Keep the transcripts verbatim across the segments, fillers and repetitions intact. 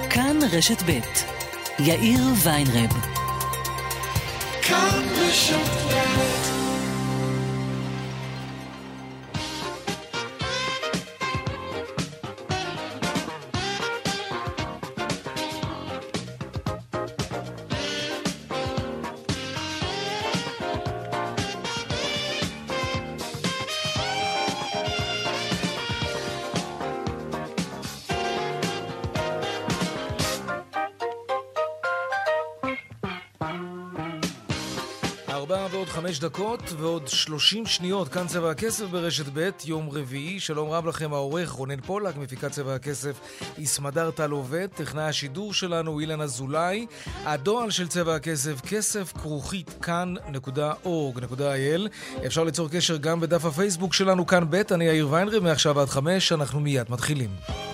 כאן רשת ב' יאיר ויינרב. כאן רשת ב'. ארבע ועוד חמש דקות ועוד שלושים שניות, כאן צבע הכסף ברשת ב', יום רביעי. שלום רב לכם, העורך רונן פולק, מפיקת צבע הכסף יסמדר טל עובד, טכנאי השידור שלנו אילן אזולאי. הדואל של צבע הכסף, כסף כרוכית כאן נקודה אורג נקודה איי אל. אפשר ליצור קשר גם בדף הפייסבוק שלנו כאן ב'. אני יאיר ויינרב, מעכשיו עד חמש, אנחנו מיד מתחילים.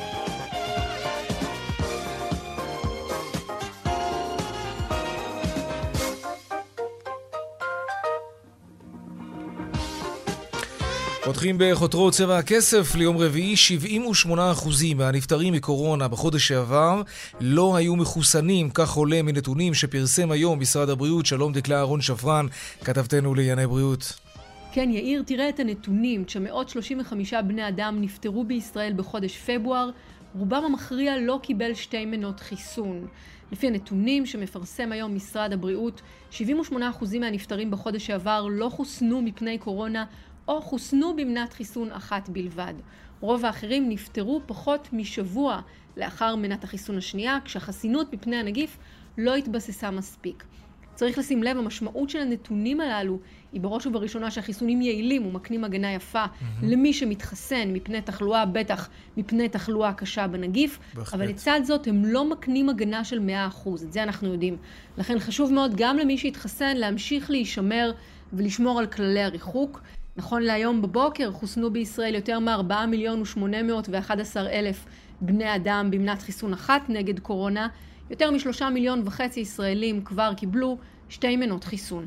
פותחים בחותרו צבע הכסף ליום רביעי. שבעים ושמונה אחוזים מהנפטרים מקורונה בחודש שעבר לא היו מחוסנים, כך עולה מנתונים שפרסם היום משרד הבריאות. שלום דקלה אהרון שפרן, כתבתנו לענייני בריאות. כן יאיר, תראה את הנתונים. תשע מאות שלושים וחמישה בני אדם נפטרו בישראל בחודש פברואר, רובם המכריע לא קיבל שתי מנות חיסון. לפי הנתונים שמפרסם היום משרד הבריאות, שבעים ושמונה אחוזים מהנפטרים בחודש שעבר לא חוסנו מפני קורונה או חוסנו במנת חיסון אחת בלבד. רוב האחרים נפטרו פחות משבוע לאחר מנת החיסון השנייה, כשהחסינות מפני הנגיף לא התבססה מספיק. צריך לשים לב, המשמעות של הנתונים הללו היא בראש ובראשונה שהחיסונים יעילים ומקנים הגנה יפה mm-hmm. למי שמתחסן מפני תחלואה, בטח מפני תחלואה קשה בנגיף, בהחלט. אבל לצד זאת הם לא מקנים הגנה של מאה אחוז, את זה אנחנו יודעים. לכן חשוב מאוד גם למי שהתחסן להמשיך להישמר ולשמור על כללי הריחוק. נכון להיום בבוקר חוסנו בישראל יותר מ-ארבעה מיליון ושמונה מאות ואחד עשר אלף בני אדם במנת חיסון אחת נגד קורונה. יותר משלושה מיליון וחצי ישראלים כבר קיבלו שתי מנות חיסון.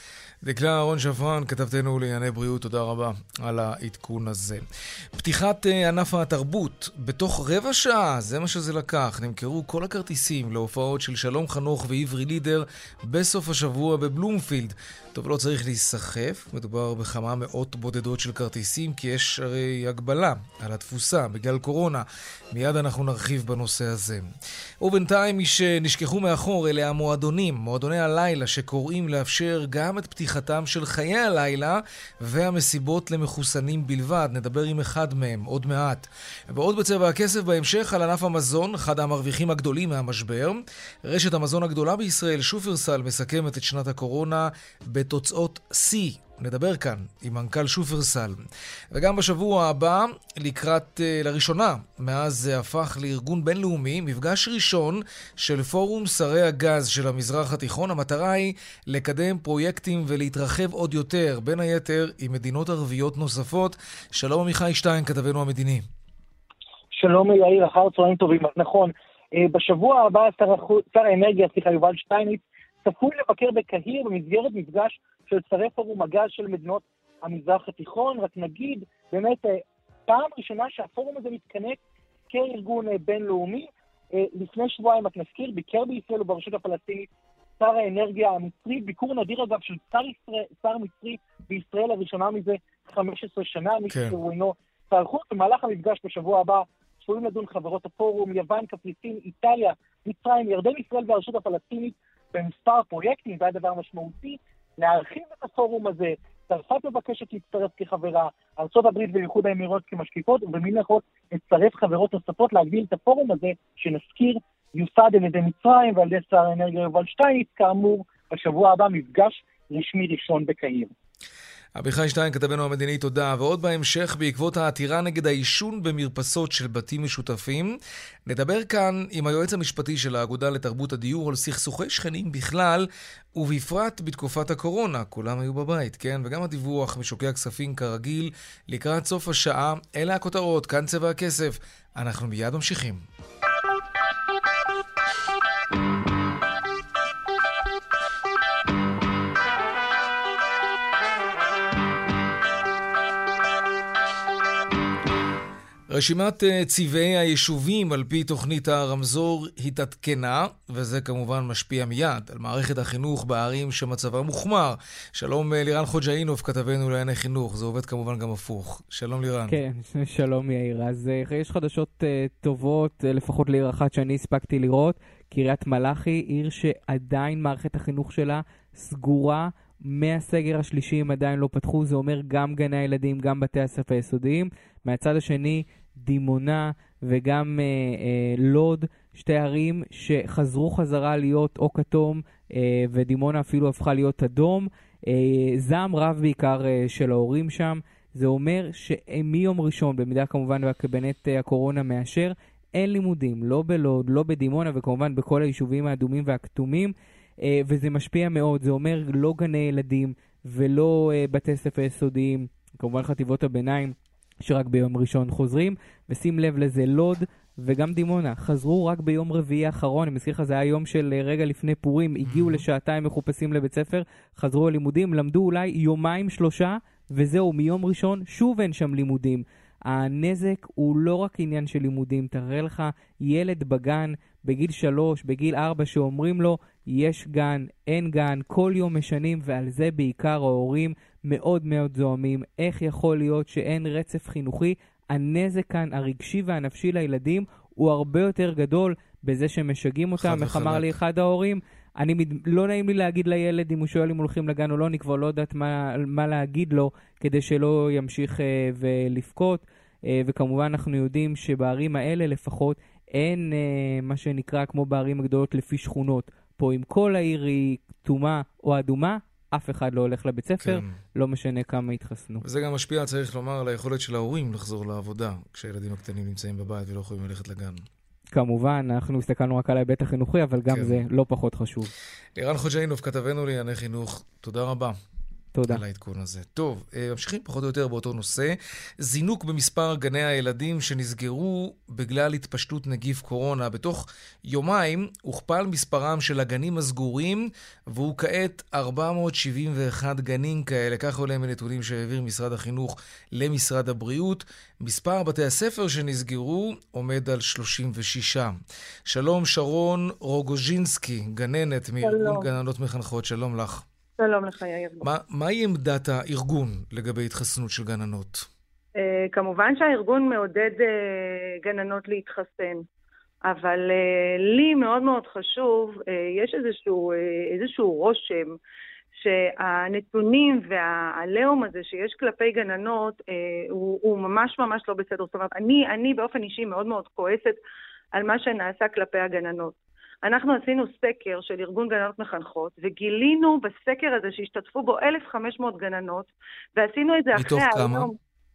דקלה אהרון שפרן, כתבתנו לענייני בריאות, תודה רבה על העדכון הזה. פתיחת ענף התרבות, בתוך רבע שעה, זה מה שזה לקח, נמכרו כל הכרטיסים להופעות של שלום חנוך ועברי לידר בסוף השבוע בבלומפילד. טוב, לא צריך להיסחף, מדובר בכמה מאות בודדות של כרטיסים, כי יש הרי הגבלה על התפוסה בגלל קורונה. מיד אנחנו נרחיב בנושא הזה. ובינתיים מי שנשכחו מאחור אלה המועדונים, מועדוני הלילה שקוראים לאפשר גם את פתיחתם של חיי הלילה והמסיבות למחוסנים בלבד. נדבר עם אחד מהם עוד מעט. ועוד בצבע הכסף בהמשך על ענף המזון, אחד המרוויחים הגדולים מהמשבר. רשת המזון הגדולה בישראל, שופרסל, מסכמת את שנת הקורונה בתוצאות C. נדבר כאן עם מנכ"ל שופרסל. וגם בשבוע הבא, לקראת לראשונה, מאז זה הפך לארגון בינלאומי, מפגש ראשון של פורום שרי הגז של המזרח התיכון. המטרה היא לקדם פרויקטים ולהתרחב עוד יותר, בין היתר עם מדינות ערביות נוספות. שלום עמיחי שטיין, כתבנו המדיני. שלום יאיר, אחר צהריים טובים. נכון, בשבוע הבא שר האנרגיה, סליחה, יובל שטייניץ, צפוי לבקר בקהיר במסגרת מפגש של שרי פורום הגז של מדינות המזרח התיכון. רק נגיד, באמת, פעם ראשונה שהפורום הזה מתכנס כארגון בינלאומי. לפני שבועיים, רק נזכיר, ביקר בישראל וברשות הפלסטינית שר האנרגיה המצרי, ביקור נדיר אגב של שר, ישראל, שר מצרי בישראל לראשונה מזה חמש עשרה שנה, מי שהוא אינו שר חוץ. במהלך המפגש בשבוע הבא צפויים לדון חברות הפורום, יוון, קפריסין, איטליה, מצרים, ירדן, ישראל והרשות הפלסטינית במספר פרויקטים. זה הדבר משמעותי להרחיב את הפורום הזה. צרפת מבקשת להצטרף כחברה, ארצות הברית ואיחוד האמירויות כמשקיפות, ובמין יכול לצרף חברות נוספות להגדיל את הפורום הזה, שנזכיר יוסד על ידי מצרים ועל ידי שר האנרגיה יובל שטייניץ, כאמור בשבוע הבא מפגש רשמי ראשון בקהיר. עמיחי שטיין, כתבנו המדיני, תודה. ועוד בהמשך, בעקבות העתירה נגד העישון במרפסות של בתים משותפים, נדבר כאן עם היועץ המשפטי של האגודה לתרבות הדיור על סכסוכי שכנים בכלל, ובפרט בתקופת הקורונה. כולם היו בבית, כן? וגם הדיווח משוקי הכספים כרגיל לקראת סוף השעה. אלה הכותרות, כאן צבע הכסף. אנחנו מיד ממשיכים. רשימת צבעי היישובים על פי תוכנית הרמזור התעדכנה, וזה כמובן משפיע מיד על מערכת החינוך בערים שמצבה מוחמר. שלום לירן חוג'אינוב, כתבנו לענייני חינוך. זה עובד כמובן גם הפוך. שלום לירן. כן, שלום יאיר. אז יש חדשות טובות, לפחות לעיר אחת שאני הספקתי לראות. קריית מלאכי, עיר שעדיין מערכת החינוך שלה סגורה. מהסגר השלישי הם עדיין לא פתחו, זה אומר גם גני הילדים, גם בתי הספר היסודיים. מהצד השני, דימונה וגם אה, אה, לוד, שתי ערים שחזרו חזרה להיות או כתום, אה, ודימונה אפילו הפכה להיות אדום. אה, זעם רב בעיקר אה, של ההורים שם. זה אומר שמיום ראשון, במידה כמובן והקבינט אה, הקורונה מאשר, אין לימודים, לא בלוד, לא בדימונה, וכמובן בכל היישובים האדומים והכתומים. וזה משפיע מאוד, זה אומר לא גני ילדים ולא בתי ספר יסודיים, כמובן חטיבות הביניים שרק ביום ראשון חוזרים, ושים לב לזה, לוד וגם דימונה חזרו רק ביום רביעי האחרון. אני מזכיר לך, זה היה יום של רגע לפני פורים, הגיעו לשעתיים מחופשים לבית ספר, חזרו ללימודים, למדו אולי יומיים שלושה, וזהו, מיום ראשון שוב אין שם לימודים. הנזק הוא לא רק עניין של לימודים, תראה לך ילד בגן בגיל שלוש, בגיל ארבע, שאומרים לו יש גן, אין גן, כל יום משנים, ועל זה בעיקר ההורים מאוד מאוד זוהמים. איך יכול להיות שאין רצף חינוכי? הנזק כאן, הרגשי והנפשי לילדים, הוא הרבה יותר גדול בזה שמשגעים אותם. איך אמר לי אחד ההורים, אני לא נעים לי להגיד לילד אם הוא שואל אם הולכים לגן או לא, אני כבר לא יודעת מה, מה להגיד לו כדי שלא ימשיך אה, ולפקוט. אה, וכמובן אנחנו יודעים שבערים האלה לפחות אין אה, מה שנקרא כמו בערים הגדולות לפי שכונות. פה אם כל העיר היא כתומה או אדומה, אף אחד לא הולך לבית ספר, כן. לא משנה כמה התחסנו. וזה גם משפיע, צריך לומר, על היכולת של ההורים לחזור לעבודה, כשהילדים הקטנים נמצאים בבית ולא יכולים ללכת לגן. כמובן, אנחנו הסתכלנו רק על ההיבט החינוכי, אבל גם כן. זה לא פחות חשוב. לירן חוג'אינוב, כתבנו לענייני חינוך, תודה רבה. תודה. על העדכון הזה. טוב, ממשיכים פחות או יותר באותו נושא. זינוק במספר גני הילדים שנסגרו בגלל התפשטות נגיף קורונה. בתוך יומיים הוכפל מספרם של הגנים הסגורים, והוא כעת ארבע מאות שבעים ואחד גנים כאלה. כך עולה מנתונים שהעביר משרד החינוך למשרד הבריאות. מספר בתי הספר שנסגרו עומד על שלושים ושש. שלום שרון רוגוז'ינסקי, גננת מארגון גננות מחנכות. שלום לך. שלום לך, יאיר. מה, מהי עמדת הארגון לגבי התחסנות של גננות? Uh, כמובן שהארגון מעודד uh, גננות להתחסן, אבל uh, לי מאוד מאוד חשוב, uh, יש איזשהו, uh, איזשהו רושם שהנתונים והעליהום הזה שיש כלפי גננות uh, הוא, הוא ממש ממש לא בסדר. זאת אומרת, אני, אני באופן אישי מאוד מאוד כועסת על מה שנעשה כלפי הגננות. אנחנו עשינו סקר של ארגון גננות מחנכות, וגילינו בסקר הזה שהשתתפו בו אלף וחמש מאות גננות, ועשינו את זה אחרי כמה? היום.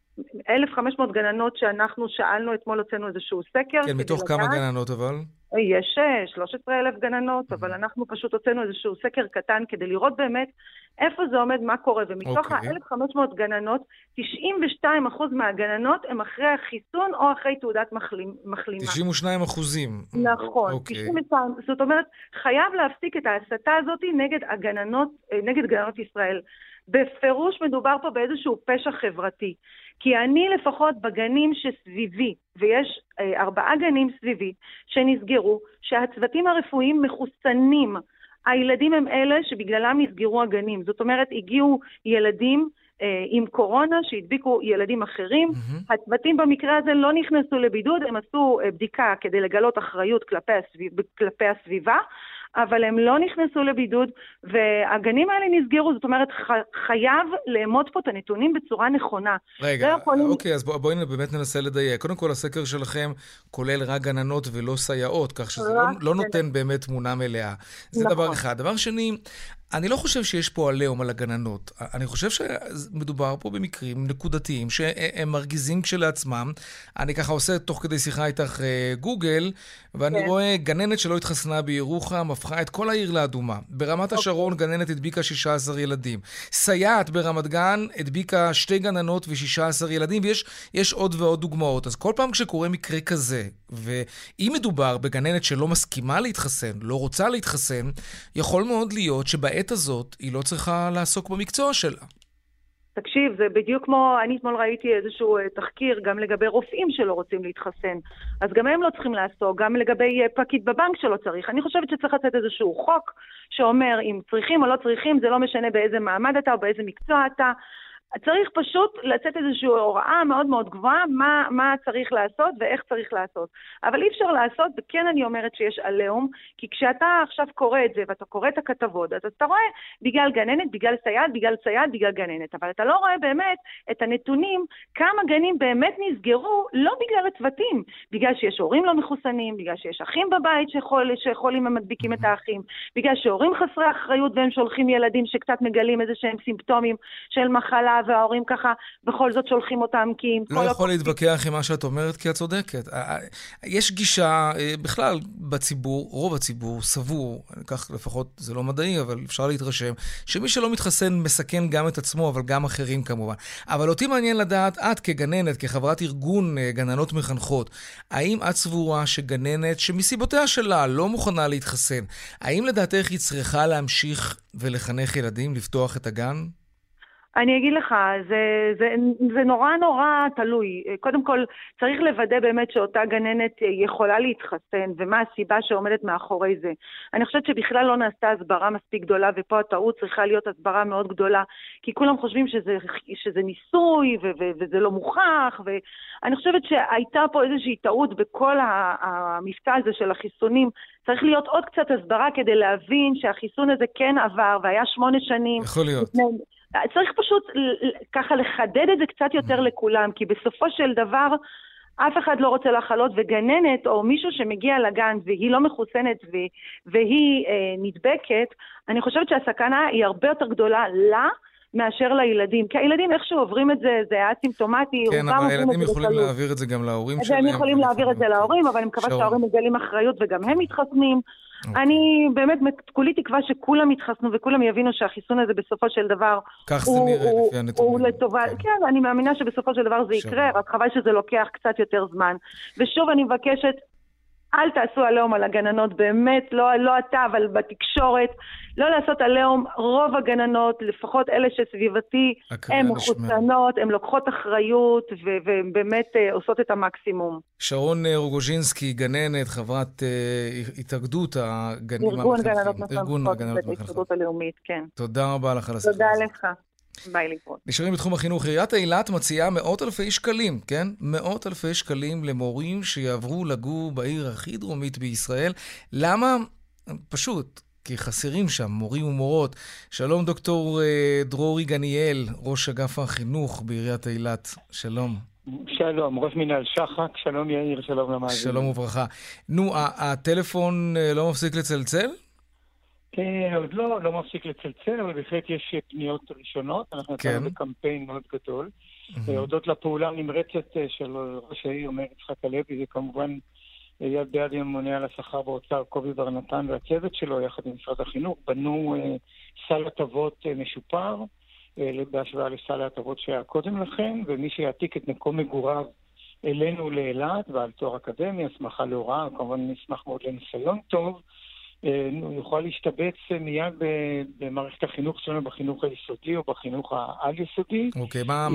אלף וחמש מאות גננות שאנחנו שאלנו, אתמול הוצאנו איזשהו סקר. כן, מתוך כמה לדעת. גננות אבל? יש שלוש עשרה אלף גננות, אבל אנחנו פשוט הוצאנו איזשהו סקר קטן כדי לראות באמת איפה זה עומד, מה קורה, ומתוך אוקיי. ה-אלף וחמש מאות גננות, תשעים ושתיים אחוז מהגננות הם אחרי החיסון או אחרי תעודת מחלימה. תשעים ושניים אחוזים. נכון, אוקיי. תשעים ושתיים, זאת אומרת, חייב להפסיק את ההסתה הזאת נגד הגננות, נגד גננות ישראל. בפירוש מדובר פה באיזשהו פשע חברתי. כי אני לפחות בגנים שסביבי, ויש אה, ארבעה גנים סביבי שנסגרו, שהצוותים הרפואיים מחוסנים. הילדים הם אלה שבגללם נסגרו הגנים. זאת אומרת, הגיעו ילדים אה, עם קורונה שהדביקו ילדים אחרים. Mm-hmm. הצוותים במקרה הזה לא נכנסו לבידוד, הם עשו אה, בדיקה כדי לגלות אחריות כלפי, הסביב, כלפי הסביבה, אבל הם לא נכנסו לבידוד, והגנים האלה נסגרו. זאת אומרת, חייב לאמוד פה את הנתונים בצורה נכונה. רגע, יכולים... אוקיי, אז בוא, בואי באמת ננסה לדייק. קודם כל, הסקר שלכם כולל רק גננות ולא סייעות, כך שזה לא, לא נותן באמת תמונה מלאה. זה נכון. דבר אחד. דבר שני, אני לא חושב שיש פה עליהום על הגננות. אני חושב שמדובר פה במקרים נקודתיים שהם מרגיזים כשלעצמם. אני ככה עושה תוך כדי שיחה איתך גוגל, ואני כן. רואה גננת שלא התחסנה בירוחם, הפכה את כל העיר לאדומה. ברמת okay. השרון גננת הדביקה שישה עשר ילדים. סייעת ברמת גן הדביקה שתי גננות ו-שישה עשר ילדים, ויש יש עוד ועוד דוגמאות. אז כל פעם כשקורה מקרה כזה, ואם מדובר בגננת שלא מסכימה להתחסן, לא רוצה להתחסן, יכול מאוד להיות שבעת הזאת היא לא צריכה לעסוק במקצוע שלה. תקשיב, זה בדיוק כמו, אני אתמול ראיתי איזשהו תחקיר גם לגבי רופאים שלא רוצים להתחסן. אז גם הם לא צריכים לעשות, גם לגבי פקיד בבנק שלא צריך. אני חושבת שצריך לתת איזשהו חוק שאומר אם צריכים או לא צריכים, זה לא משנה באיזה מעמד אתה או באיזה מקצוע אתה. צריך פשוט לצאת איזושהי הוראה מאוד מאוד גבוהה, מה, מה צריך לעשות ואיך צריך לעשות. אבל אי אפשר לעשות, וכן אני אומרת שיש עליהום, כי כשאתה עכשיו קורא את זה, ואתה קורא את הכתבות, אז אתה רואה בגלל גננת, בגלל סייעת, בגלל סייעת, בגלל גננת. אבל אתה לא רואה באמת את הנתונים, כמה גנים באמת נסגרו, לא בגלל הצוותים, בגלל שיש הורים לא מחוסנים, בגלל שיש אחים בבית שיכול, שיכולים ומדביקים את האחים, בגלל שהורים חסרי אחריות והם שולחים ילדים שקצת מגלים איזה שהם סימפטומים של מחלה, וההורים ככה בכל זאת שולחים אותם כי... לא יכול להתווכח עם מה שאת אומרת, כי את צודקת. יש גישה בכלל בציבור, רוב הציבור סבור, כך לפחות זה לא מדעי, אבל אפשר להתרשם, שמי שלא מתחסן מסכן גם את עצמו, אבל גם אחרים כמובן. אבל אותי מעניין לדעת, את כגננת, כחברת ארגון גננות מחנכות, האם את סבורה שגננת שמסיבותיה שלה לא מוכנה להתחסן, האם לדעתך היא צריכה להמשיך ולחנך ילדים, לפתוח את הגן? אני אגיד לך, זה, זה, זה נורא נורא תלוי. קודם כל, צריך לוודא באמת שאותה גננת יכולה להתחסן, ומה הסיבה שעומדת מאחורי זה. אני חושבת שבכלל לא נעשתה הסברה מספיק גדולה, ופה הטעות צריכה להיות הסברה מאוד גדולה, כי כולם חושבים שזה, שזה ניסוי, ו, ו, וזה לא מוכח, ואני חושבת שהייתה פה איזושהי טעות בכל המבצע הזה של החיסונים. צריך להיות עוד קצת הסברה כדי להבין שהחיסון הזה כן עבר, והיה שמונה שנים. יכול להיות. צריך פשוט ככה לחדד את זה קצת יותר לכולם, כי בסופו של דבר אף אחד לא רוצה לחלות, וגננת או מישהו שמגיע לגן והיא לא מחוסנת והיא נדבקת, אני חושבת שהסכנה היא הרבה יותר גדולה לה, מאשר לילדים. כי הילדים איכשהו עוברים את זה, זה היה סימפטומטי. כן, אבל הילדים יכולים להעביר את זה גם להורים שלהם. הם יכולים להעביר את זה להורים, אבל אני מקווה שההורים מגלים אחריות וגם הם מתחסנים. אני באמת כולי תקווה שכולם יתחסנו וכולם יבינו שהחיסון הזה בסופו של דבר הוא לטובה. כן, אני מאמינה שבסופו של דבר זה יקרה, רק חבל שזה לוקח קצת יותר זמן. ושוב אני מבקשת, אל תעשו עליהום על הגננות, באמת, לא, לא אתה, אבל בתקשורת, לא לעשות עליהום. רוב הגננות, לפחות אלה שסביבתי, הן מחוסנות, הן לוקחות אחריות, והן באמת עושות את המקסימום. שרון רוגוז'ינסקי, גננת, חברת התאגדות הגנים המחנכים. ארגון גננות מחנכות, בהתאגדות הלאומית, כן. תודה רבה לך על הסיפור. תודה לך. ביי ליפות. נשארים בתחום החינוך. עיריית אילת מציעה מאות אלפי שקלים, כן? מאות אלפי שקלים למורים שיעברו לגור בעיר הכי דרומית בישראל. למה? פשוט, כי חסרים שם מורים ומורות. שלום דוקטור דרורי גניאל, ראש אגף החינוך בעיריית אילת. שלום. שלום, ראש מנהל שחק, שלום יאיר, שלום למאזינים. שלום וברכה. נו, הטלפון לא מפסיק לצלצל? כן, עוד לא, לא מפסיק לצלצל, אבל בהחלט יש פניות ראשונות. אנחנו נתנו בקמפיין מאוד גדול. הודות לפעולה הנמרצת של ראש העיר מאיר יצחק הלוי, זה כמובן יד ביד עם הממונה על השכר באוצר קובי בר נתן והצוות שלו, יחד עם משרד החינוך, בנו סל הטבות משופר, בהשוואה לסל ההטבות שהיה קודם לכן, ומי שיעתיק את מקום מגוריו אלינו לאילת ועל תואר אקדמי, הסמכה להוראה, כמובן נשמח מאוד לניסיון טוב, הוא יוכל להשתבץ מיד במערכת החינוך שלנו, בחינוך היסודי או בחינוך העל-יסודי. אוקיי, מה...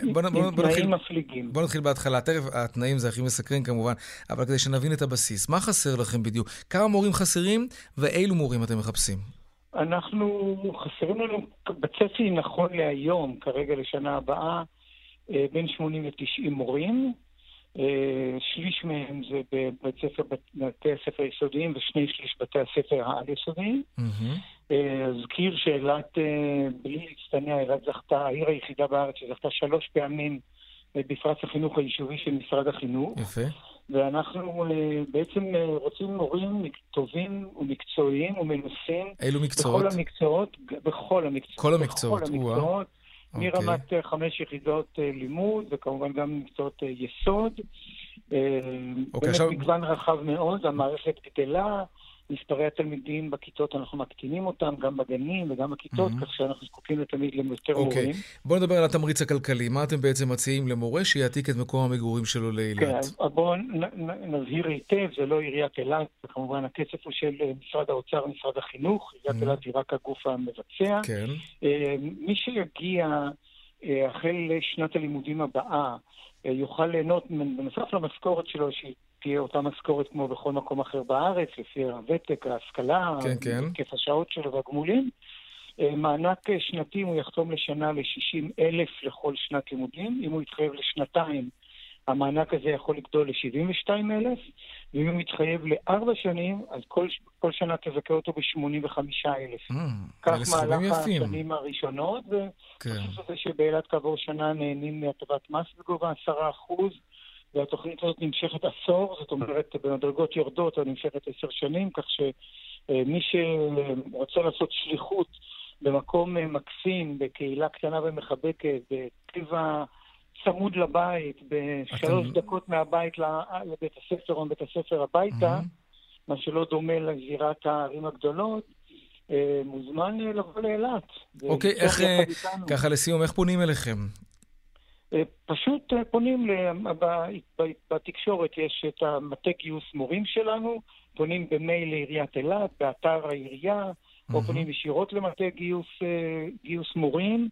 בוא נתחיל בהתחלה. תכף, התנאים זה הכי מסקרן כמובן, אבל כדי שנבין את הבסיס, מה חסר לכם בדיוק? כמה מורים חסרים ואילו מורים אתם מחפשים? אנחנו חסרים לנו בצפי נכון להיום, כרגע לשנה הבאה, בין שמונים ל-תשעים מורים. שליש מהם זה בבתי הספר היסודיים ושני שליש בתי הספר העל-יסודיים. אזכיר שאילת, בלי להצטנע, אילת זכתה, העיר היחידה בארץ שזכתה שלוש פעמים בפרס החינוך היישובי של משרד החינוך. יפה. ואנחנו בעצם רוצים מורים טובים ומקצועיים ומנוסים. אילו מקצועות? בכל המקצועות, בכל המקצועות. כל המקצועות, וואו. מרמת חמש יחידות לימוד, וכמובן גם מקצועות יסוד. באמת מגוון רחב מאוד, המערכת גדלה, מספרי התלמידים בכיתות אנחנו מקטינים אותם, גם בגנים וגם בכיתות, כך שאנחנו זקוקים לתמיד ליותר מורים. בואו נדבר על התמריץ הכלכלי. מה אתם בעצם מציעים למורה שיעתיק את מקום המגורים שלו לאילת? כן, בואו נבהיר היטב, זה לא עיריית אילת, וכמובן הכסף הוא של משרד האוצר ומשרד החינוך, עיריית אילת היא רק הגוף המבצע. מי שיגיע החל לשנת הלימודים הבאה יוכל ליהנות בנוסף למשכורת שלו, שתהיה אותה משכורת כמו בכל מקום אחר בארץ, לפי הוותק, ההשכלה, כן, כן. היקף השעות שלו והגמולים. מענק שנתי הוא יחתום לשנה ל-שישים אלף לכל שנת לימודים. אם הוא יתחייב לשנתיים, המענק הזה יכול לגדול ל-שבעים ושתיים אלף, ואם הוא מתחייב לארבע שנים, אז כל, כל שנה תזכה אותו ב-שמונים וחמישה אלף. Mm, כך מהלך השנים הראשונות, וחושב כן. שבאילת כעבור שנה נהנים מהטבת מס בגובה עשרה אחוז, והתוכנית הזאת נמשכת עשור, זאת אומרת במדרגות יורדות, או נמשכת עשר שנים, כך שמי שרוצה לעשות שליחות במקום מקסים, בקהילה קטנה ומחבקת, בטבע צמוד לבית, בשלוש אתם... דקות מהבית לבית הספר או מבית הספר הביתה, mm-hmm. מה שלא דומה לזירת הערים הגדולות, מוזמן לבוא לאילת. אוקיי, איך, ככה לסיום, איך פונים אליכם? פשוט פונים, בתקשורת יש את המטה גיוס מורים שלנו, פונים במייל לעיריית אילת, באתר העירייה, או פונים ישירות למטה גיוס, גיוס מורים,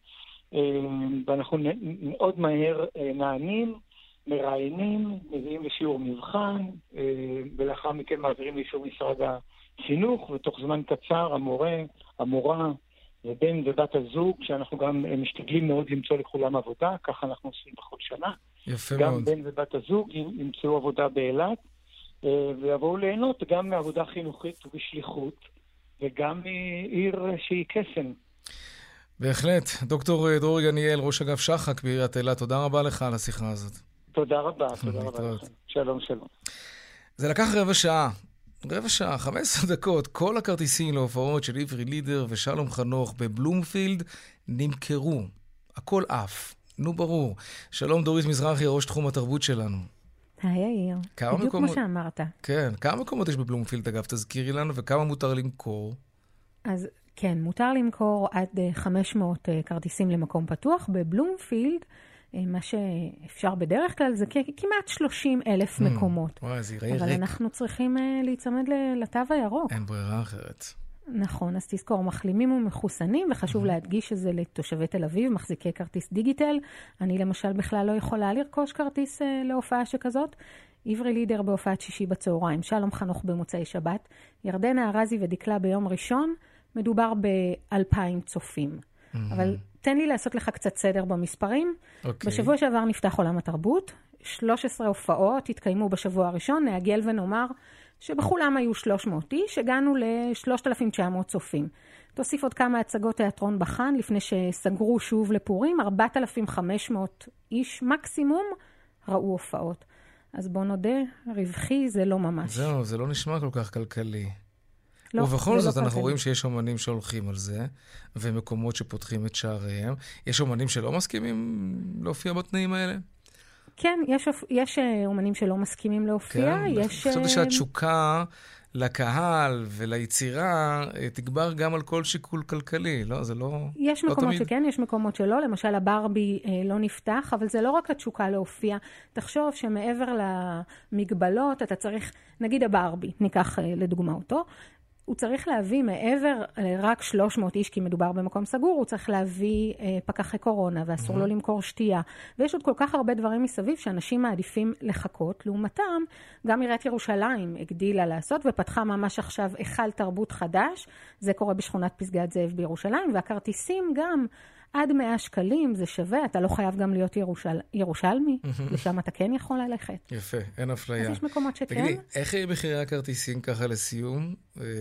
ואנחנו מאוד מהר נענים, מראיינים, מביאים לשיעור מבחן, ולאחר מכן מעבירים לאישור משרד החינוך, ותוך זמן קצר המורה, המורה, ובן ובת הזוג, שאנחנו גם משתדלים מאוד למצוא לכולם עבודה, ככה אנחנו עושים בכל שנה. יפה גם מאוד. בן ובת הזוג ימצאו עבודה באילת, ויבואו ליהנות גם מעבודה חינוכית ובשליחות, וגם מעיר שהיא קסם. בהחלט. דוקטור דרורי גניאל, ראש אגף שחק בעיריית אילת, תודה רבה לך על השיחה הזאת. תודה רבה, תודה רבה לכם. שלום, שלום. זה לקח רבע שעה. רבע שעה, חמש עשרה דקות, כל הכרטיסים להופעות של עברי לידר ושלום חנוך בבלומפילד נמכרו. הכל אף. נו ברור. שלום דורית מזרחי, ראש תחום התרבות שלנו. היי יאיר. בדיוק מקומות... כמו שאמרת. כן, כמה מקומות יש בבלומפילד אגב? תזכירי לנו, וכמה מותר למכור? אז כן, מותר למכור עד חמש מאות כרטיסים למקום פתוח. בבלומפילד, מה שאפשר בדרך כלל זה כמעט שלושים אלף מקומות. וואי, זה יראה ריק. אבל אנחנו צריכים להיצמד לתו הירוק. אין ברירה אחרת. נכון, אז תזכור, מחלימים ומחוסנים, וחשוב להדגיש שזה לתושבי תל אביב, מחזיקי כרטיס דיגיטל. אני למשל בכלל לא יכולה לרכוש כרטיס להופעה שכזאת. עברי לידר בהופעת שישי בצהריים, שלום חנוך במוצאי שבת, ירדנה ארזי ודקלה ביום ראשון, מדובר באלפיים צופים. אבל תן לי לעשות לך קצת סדר במספרים. Okay. בשבוע שעבר נפתח עולם התרבות, שלוש עשרה הופעות התקיימו בשבוע הראשון, נעגל ונאמר שבכולם היו שלוש מאות איש, הגענו ל-שלושת אלפים תשע מאות צופים. תוסיף עוד כמה הצגות תיאטרון בחן, לפני שסגרו שוב לפורים, ארבעת אלפים וחמש מאות איש מקסימום ראו הופעות. אז בוא נודה, רווחי זה לא ממש. זהו, זה לא נשמע כל כך כלכלי. לא, ובכל זאת לא אנחנו רואים שיש אומנים שהולכים על זה, ומקומות שפותחים את שעריהם. יש אומנים שלא מסכימים להופיע בתנאים האלה? כן, יש, יש אומנים שלא מסכימים להופיע. כן, יש... חשבתי שהתשוקה לקהל וליצירה תגבר גם על כל שיקול כלכלי, לא? זה לא... יש לא מקומות תמיד... שכן, יש מקומות שלא. למשל, הברבי אה, לא נפתח, אבל זה לא רק התשוקה להופיע. תחשוב שמעבר למגבלות, אתה צריך, נגיד הברבי, ניקח אה, לדוגמה אותו, הוא צריך להביא מעבר רק שלוש מאות איש, כי מדובר במקום סגור, הוא צריך להביא אה, פקחי קורונה, ואסור mm-hmm. לו למכור שתייה. ויש עוד כל כך הרבה דברים מסביב שאנשים מעדיפים לחכות. לעומתם, גם עיריית ירושלים הגדילה לעשות, ופתחה ממש עכשיו היכל תרבות חדש. זה קורה בשכונת פסגת זאב בירושלים, והכרטיסים גם עד מאה שקלים, זה שווה. אתה לא חייב גם להיות ירושל... ירושלמי, mm-hmm. לשם אתה כן יכול ללכת. יפה, אין אפליה. אז יש מקומות שכן. תגידי, איך יהיה מחירי הכרטיסים ככה לסיום?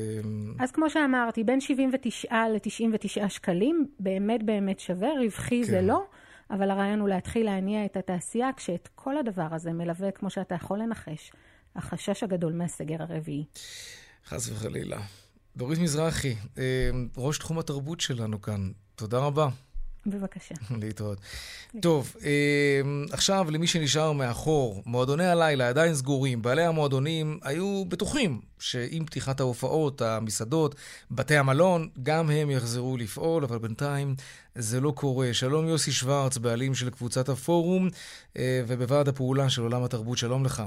אז כמו שאמרתי, בין שבעים ותשע ל-תשעים ותשעה שקלים, באמת באמת שווה, רווחי כן. זה לא, אבל הרעיון הוא להתחיל להניע את התעשייה, כשאת כל הדבר הזה מלווה, כמו שאתה יכול לנחש, החשש הגדול מהסגר הרביעי. חס וחלילה. דורית מזרחי, ראש תחום התרבות שלנו כאן, תודה רבה. בבקשה. להתראות. טוב, עכשיו למי שנשאר מאחור, מועדוני הלילה עדיין סגורים, בעלי המועדונים היו בטוחים שעם פתיחת ההופעות, המסעדות, בתי המלון, גם הם יחזרו לפעול, אבל בינתיים זה לא קורה. שלום יוסי שוורץ, בעלים של קבוצת הפורום ובוועד הפעולה של עולם התרבות, שלום לך.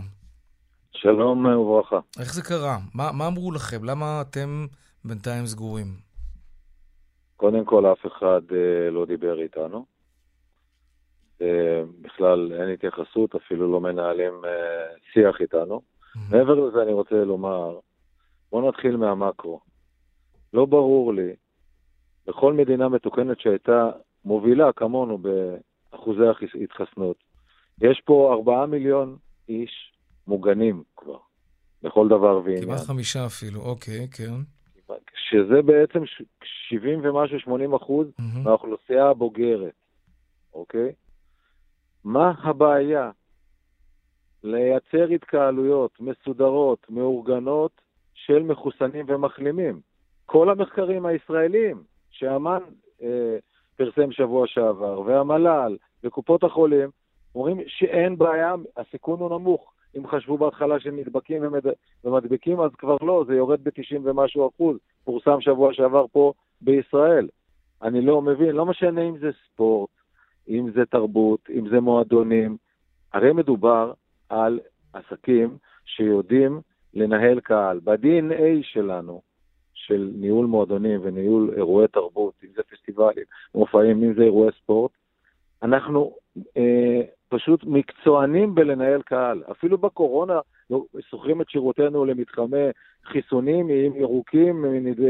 שלום וברכה. איך זה קרה? מה, מה אמרו לכם? למה אתם בינתיים סגורים? קודם כל, אף אחד אה, לא דיבר איתנו. בכלל אין התייחסות, אפילו לא מנהלים שיח איתנו. מעבר לזה אני רוצה לומר, בואו נתחיל מהמקרו. לא ברור לי, בכל מדינה מתוקנת שהייתה מובילה כמונו באחוזי ההתחסנות, יש פה ארבעה מיליון איש מוגנים כבר, בכל דבר ועניין. כמעט חמישה אפילו, אוקיי, כן. שזה בעצם שבעים ומשהו, שמונים אחוז mm-hmm. מהאוכלוסייה הבוגרת, אוקיי? מה הבעיה? לייצר התקהלויות מסודרות, מאורגנות של מחוסנים ומחלימים. כל המחקרים הישראלים שאמן אה, פרסם שבוע שעבר, והמל"ל וקופות החולים, אומרים שאין בעיה, הסיכון הוא נמוך. אם חשבו בהתחלה שנדבקים ומד... ומדביקים, אז כבר לא, זה יורד ב-תשעים ומשהו אחוז. פורסם שבוע שעבר פה בישראל. אני לא מבין, לא משנה אם זה ספורט, אם זה תרבות, אם זה מועדונים. הרי מדובר על עסקים שיודעים לנהל קהל. ב-די אן איי שלנו, של ניהול מועדונים וניהול אירועי תרבות, אם זה פסטיבלים, מופעים, אם זה אירועי ספורט, אנחנו אה, פשוט מקצוענים בלנהל קהל. אפילו בקורונה סוחרים את שירותינו למתחמי חיסונים, עם ירוקים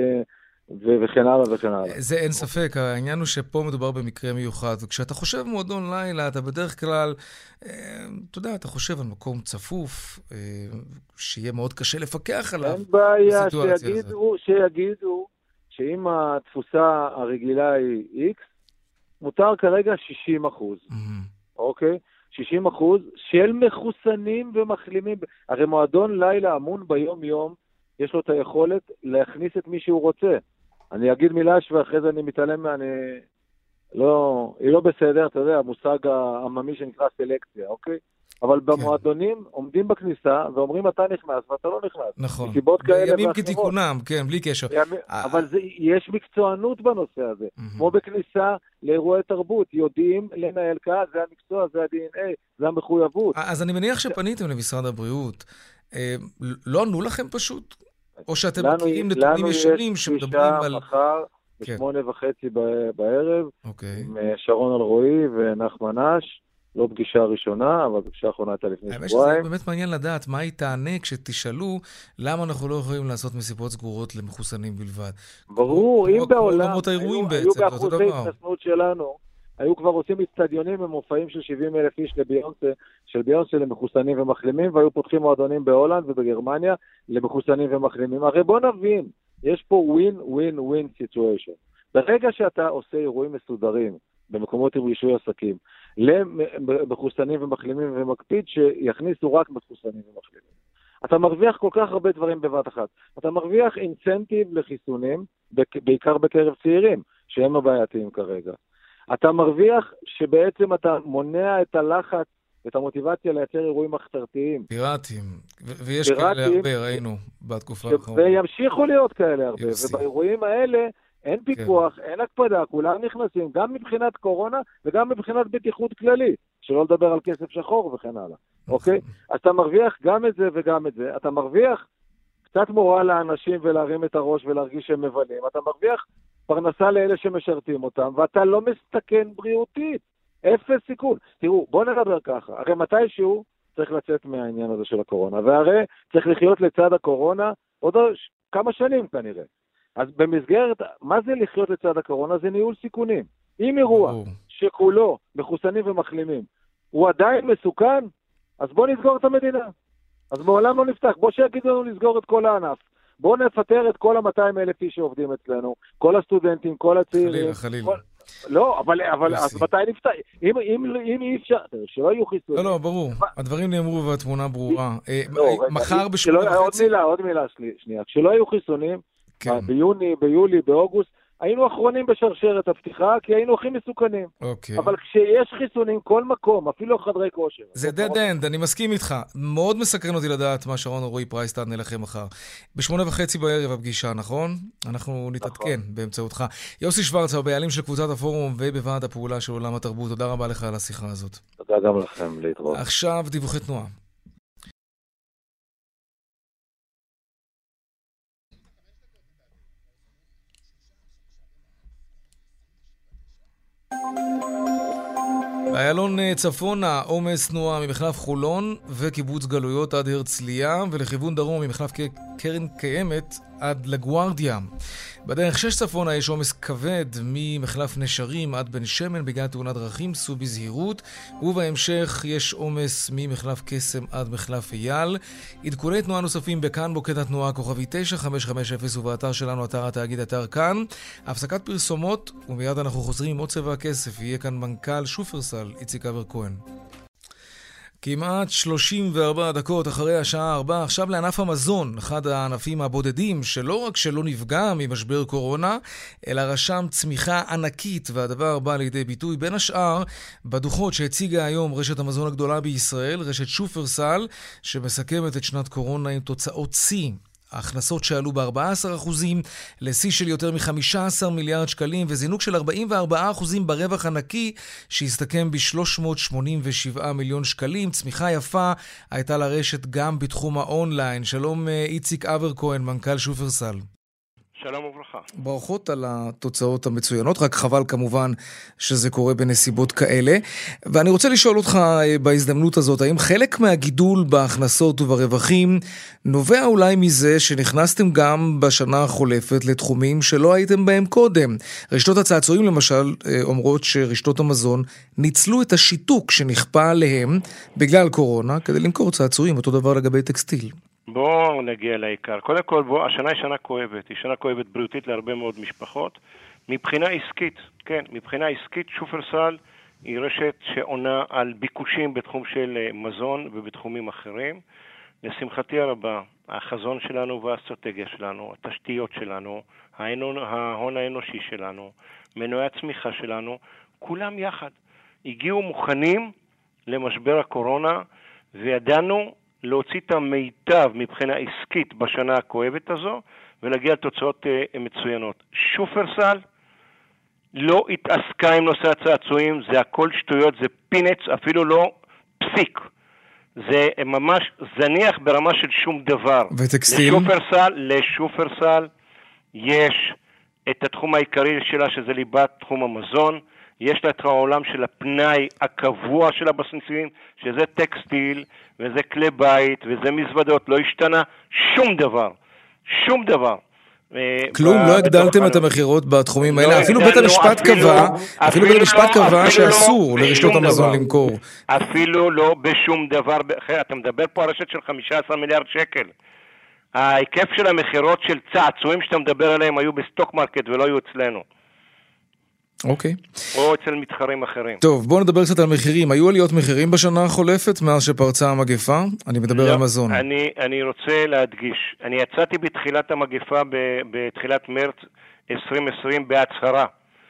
ו- וכן הלאה וכן הלאה. זה אין ספק, העניין הוא שפה מדובר במקרה מיוחד, וכשאתה חושב מועדון לילה, אתה בדרך כלל, אה, אתה יודע, אתה חושב על מקום צפוף, אה, שיהיה מאוד קשה לפקח עליו. אין בעיה, שיגידו, שיגידו שאם התפוסה הרגילה היא X, מותר כרגע שישים אחוז. אוקיי? שישים אחוז של מחוסנים ומחלימים. הרי מועדון לילה אמון ביום יום, יש לו את היכולת להכניס את מי שהוא רוצה. אני אגיד מילה ואחרי זה אני מתעלם מה... אני... לא... היא לא בסדר, אתה יודע, המושג העממי שנקרא סלקציה, אוקיי? אבל במועדונים עומדים בכניסה ואומרים אתה נכנס ואתה לא נכנס. נכון. מסיבות כאלה בימים כתיקונם, כן, בלי קשר. אבל זה, יש מקצוענות בנושא הזה. כמו בכניסה לאירועי תרבות, יודעים לנהל קהל, זה המקצוע, זה ה-די אן איי, זה המחויבות. אז אני מניח שפניתם למשרד הבריאות. לא ענו לכם פשוט? או שאתם מכירים נתונים ישנים שמדברים על... לנו יש פגישה מחר, בשמונה וחצי בערב, עם שרון אלרועי ונחמן אש. לא פגישה ראשונה, אבל פגישה האחרונה הייתה לפני שבועיים. האמת שזה באמת מעניין לדעת מה היא תענה כשתשאלו למה אנחנו לא יכולים לעשות מסיבות סגורות למחוסנים בלבד. ברור, אם בעולם היו באחוזי התחסנות שלנו, היו כבר עושים אצטדיונים במופעים של שבעים אלף איש לביונסה, של ביונסה למחוסנים ומחלימים, והיו פותחים מועדונים בהולנד ובגרמניה למחוסנים ומחלימים. הרי בוא נבין, יש פה ווין ווין ווין סיטואשן. ברגע שאתה עושה אירועים מסודרים במקומות עם רישוי עסקים, למחוסנים ומחלימים ומקפיד שיכניסו רק מחוסנים ומחלימים. אתה מרוויח כל כך הרבה דברים בבת אחת. אתה מרוויח אינסנטיב לחיסונים, בעיקר בקרב צעירים, שהם הבעייתיים כרגע. אתה מרוויח שבעצם אתה מונע את הלחץ, את המוטיבציה לייצר אירועים מחתרתיים. פיראטיים. ויש כאלה הרבה, ראינו בתקופה האחרונה. וימשיכו להיות כאלה הרבה. ובאירועים האלה, אין פיקוח, כן. אין הקפדה, כולם נכנסים, גם מבחינת קורונה וגם מבחינת בטיחות כללית, שלא לדבר על כסף שחור וכן הלאה, אוקיי? אז אתה מרוויח גם את זה וגם את זה, אתה מרוויח קצת מורל לאנשים ולהרים את הראש ולהרגיש שהם מבלים, אתה מרוויח פרנסה לאלה שמשרתים אותם, ואתה לא מסתכן בריאותית, אפס סיכון. תראו, בואו נדבר ככה, הרי מתישהו צריך לצאת מהעניין הזה של הקורונה, והרי צריך לחיות לצד הקורונה עוד כמה שנים כנראה. אז במסגרת, מה זה לחיות לצד הקורונה? זה ניהול סיכונים. אם אירוע שכולו מחוסנים ומחלימים, הוא עדיין מסוכן, אז בוא נסגור את המדינה. אז מעולם לא נפתח. בוא שיגידו לנו לסגור את כל הענף. בוא נפטר את כל ה-מאתיים אלף איש שעובדים אצלנו, כל הסטודנטים, כל הצעירים. חלילה, חלילה. כל... לא, אבל, אבל אז מתי נפתח? אם, אם, אם אי אפשר, שלא יהיו חיסונים. לא, לא, ברור. הדברים נאמרו והתמונה ברורה. לא, מחר בשמונה וחצי... עוד מילה, עוד מילה, שנייה. כשלא יהיו חיסונים, כן. ביוני, ביולי, באוגוסט, היינו אחרונים בשרשרת הפתיחה, כי היינו הכי מסוכנים. אוקיי. אבל כשיש חיסונים, כל מקום, אפילו חדרי כושר. זה dead end, אני מסכים איתך. מאוד מסקרן אותי לדעת מה שרון אלרועי פרייס תענה לכם מחר. בשמונה וחצי בערב הפגישה, נכון? אנחנו נתעדכן נכון. באמצעותך. יוסי שוורץ, הבעלים של קבוצת הפורום ובוועד הפעולה של עולם התרבות, תודה רבה לך על השיחה הזאת. תודה גם לכם, להתראות. עכשיו דיווחי תנועה. איילון צפונה, עומס תנועה ממחלף חולון וקיבוץ גלויות עד הרצליה, ולכיוון דרום ממחלף קרן קיימת עד לגוארדיה. בדרך שש צפונה יש עומס כבד ממחלף נשרים עד בן שמן בגלל תאונת דרכים, סעו בזהירות, ובהמשך יש עומס ממחלף קסם עד מחלף אייל. עדכוני תנועה נוספים בכאן מוקד התנועה כוכבי תשע חמש חמש אפס ובאתר שלנו, אתר התאגיד, אתר כאן. הפסקת פרסומות ומיד אנחנו חוזרים עם עוד צבע הכסף. יהיה כאן מנכ"ל שופרסל איציק אבר כהן. כמעט שלושים וארבע דקות אחרי השעה ארבע, עכשיו לענף המזון, אחד הענפים הבודדים שלא רק שלא נפגע ממשבר קורונה, אלא רשם צמיחה ענקית, והדבר בא לידי ביטוי בין השאר בדוחות שהציגה היום רשת המזון הגדולה בישראל, רשת שופרסל, שמסכמת את שנת קורונה עם תוצאות שיא. ההכנסות שעלו ב-ארבעה עשר אחוזים לשיא של יותר מ-חמישה עשר מיליארד שקלים, וזינוק של ארבעים וארבעה אחוזים ברווח הנקי שהסתכם ב-שלוש מאות שמונים ושבעה מיליון שקלים. צמיחה יפה הייתה לרשת גם בתחום האונליין. שלום איציק אבר כהן, מנכ"ל שופרסל. שלום וברכה. ברכות על התוצאות המצוינות, רק חבל כמובן שזה קורה בנסיבות כאלה. ואני רוצה לשאול אותך בהזדמנות הזאת, האם חלק מהגידול בהכנסות וברווחים נובע אולי מזה שנכנסתם גם בשנה החולפת לתחומים שלא הייתם בהם קודם? רשתות הצעצועים למשל אומרות שרשתות המזון ניצלו את השיתוק שנכפה עליהם בגלל קורונה כדי למכור צעצועים, אותו דבר לגבי טקסטיל. בואו נגיע לעיקר. קודם כל, בוא, השנה היא שנה כואבת. היא שנה כואבת בריאותית להרבה מאוד משפחות. מבחינה עסקית, כן, מבחינה עסקית, שופרסל היא רשת שעונה על ביקושים בתחום של מזון ובתחומים אחרים. לשמחתי הרבה, החזון שלנו והאסטרטגיה שלנו, התשתיות שלנו, ההון האנושי שלנו, מנועי הצמיחה שלנו, כולם יחד הגיעו מוכנים למשבר הקורונה, וידענו להוציא את המיטב מבחינה עסקית בשנה הכואבת הזו, ולהגיע לתוצאות uh, מצוינות. שופרסל לא התעסקה עם נושא הצעצועים, זה הכל שטויות, זה פינץ, אפילו לא פסיק. זה ממש זניח ברמה של שום דבר. וטקסטיל? לשופרסל, לשופרסל יש את התחום העיקרי שלה, שזה ליבת תחום המזון, יש לה את העולם של הפנאי הקבוע של הבסיסים, שזה טקסטיל, וזה כלי בית, וזה מזוודות, לא השתנה שום דבר, שום דבר. כלום, לא הגדלתם את המחירות בתחומים האלה, אפילו בית המשפט קבע, אפילו בית המשפט קבע שאסור לרשתות המזון למכור. אפילו לא בשום דבר, אתה מדבר פה על רשת של חמישה עשר מיליארד שקל. ההיקף של המחירות של צעצועים שאתה מדבר עליהם היו בסטוק מרקט ולא היו אצלנו. אוקיי. או אצל מתחרים אחרים. טוב, בואו נדבר קצת על מחירים. היו עליות מחירים בשנה החולפת מאז שפרצה המגפה? אני מדבר לא, על מזון. אני, אני רוצה להדגיש. אני יצאתי בתחילת המגפה, ב, בתחילת מרץ עשרים עשרים בהצהרה,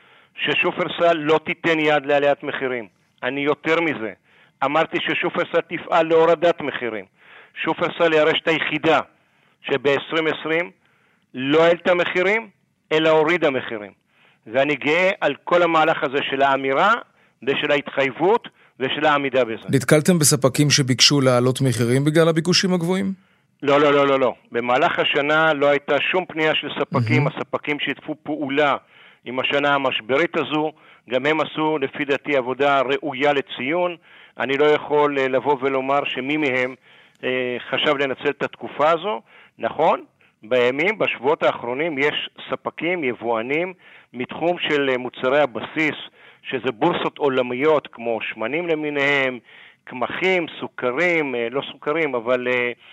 ששופרסל לא תיתן יד לעליית מחירים. אני יותר מזה. אמרתי ששופרסל תפעל להורדת מחירים. שופרסל היא הרשת היחידה שב-עשרים עשרים לא העלתה מחירים, אלא הורידה מחירים. ואני גאה על כל המהלך הזה של האמירה ושל ההתחייבות ושל העמידה בזה. נתקלתם בספקים שביקשו להעלות מחירים בגלל הביקושים הגבוהים? לא, לא, לא, לא, לא. במהלך השנה לא הייתה שום פנייה של ספקים. Mm-hmm. הספקים שהתפו פעולה עם השנה המשברית הזו, גם הם עשו לפי דעתי עבודה ראויה לציון. אני לא יכול לבוא ולומר שמי מהם אה, חשב לנצל את התקופה הזו. נכון? בימים, בשבועות האחרונים, יש ספקים, יבואנים, מתחום של מוצרי הבסיס, שזה בורסות עולמיות, כמו שמנים למיניהם, קמחים, סוכרים, לא סוכרים, אבל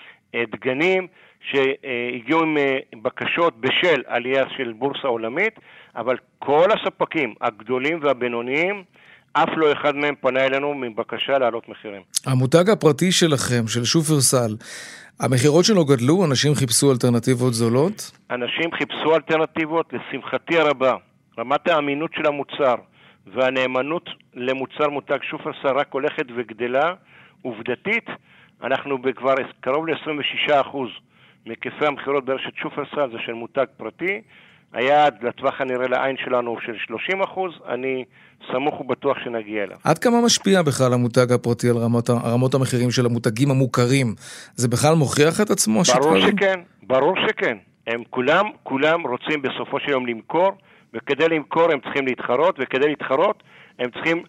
דגנים, שהגיעו עם בקשות בשל עלייה של בורסה עולמית, אבל כל הספקים הגדולים והבינוניים, אף לא אחד מהם פנה אלינו מבקשה להעלות מחירים. המותג הפרטי שלכם, של שופרסל, המחירות שלו גדלו? אנשים חיפשו אלטרנטיבות זולות? אנשים חיפשו אלטרנטיבות, לשמחתי הרבה. רמת האמינות של המוצר והנאמנות למוצר מותג שופרסל רק הולכת וגדלה. עובדתית, אנחנו כבר קרוב ל-עשרים ושישה אחוז מכיפי המחירות ברשת שופרסל, זה של מותג פרטי. היעד לטווח הנראה לעין שלנו של שלושים אחוז, אני סמוך ובטוח שנגיע אליו. עד כמה משפיע בכלל המותג הפרטי על רמות, רמות המחירים של המותגים המוכרים? זה בכלל מוכיח את עצמו? ברור שכן, ברור שכן. הם כולם, כולם רוצים בסופו של יום למכור, וכדי למכור הם צריכים להתחרות, וכדי להתחרות הם צריכים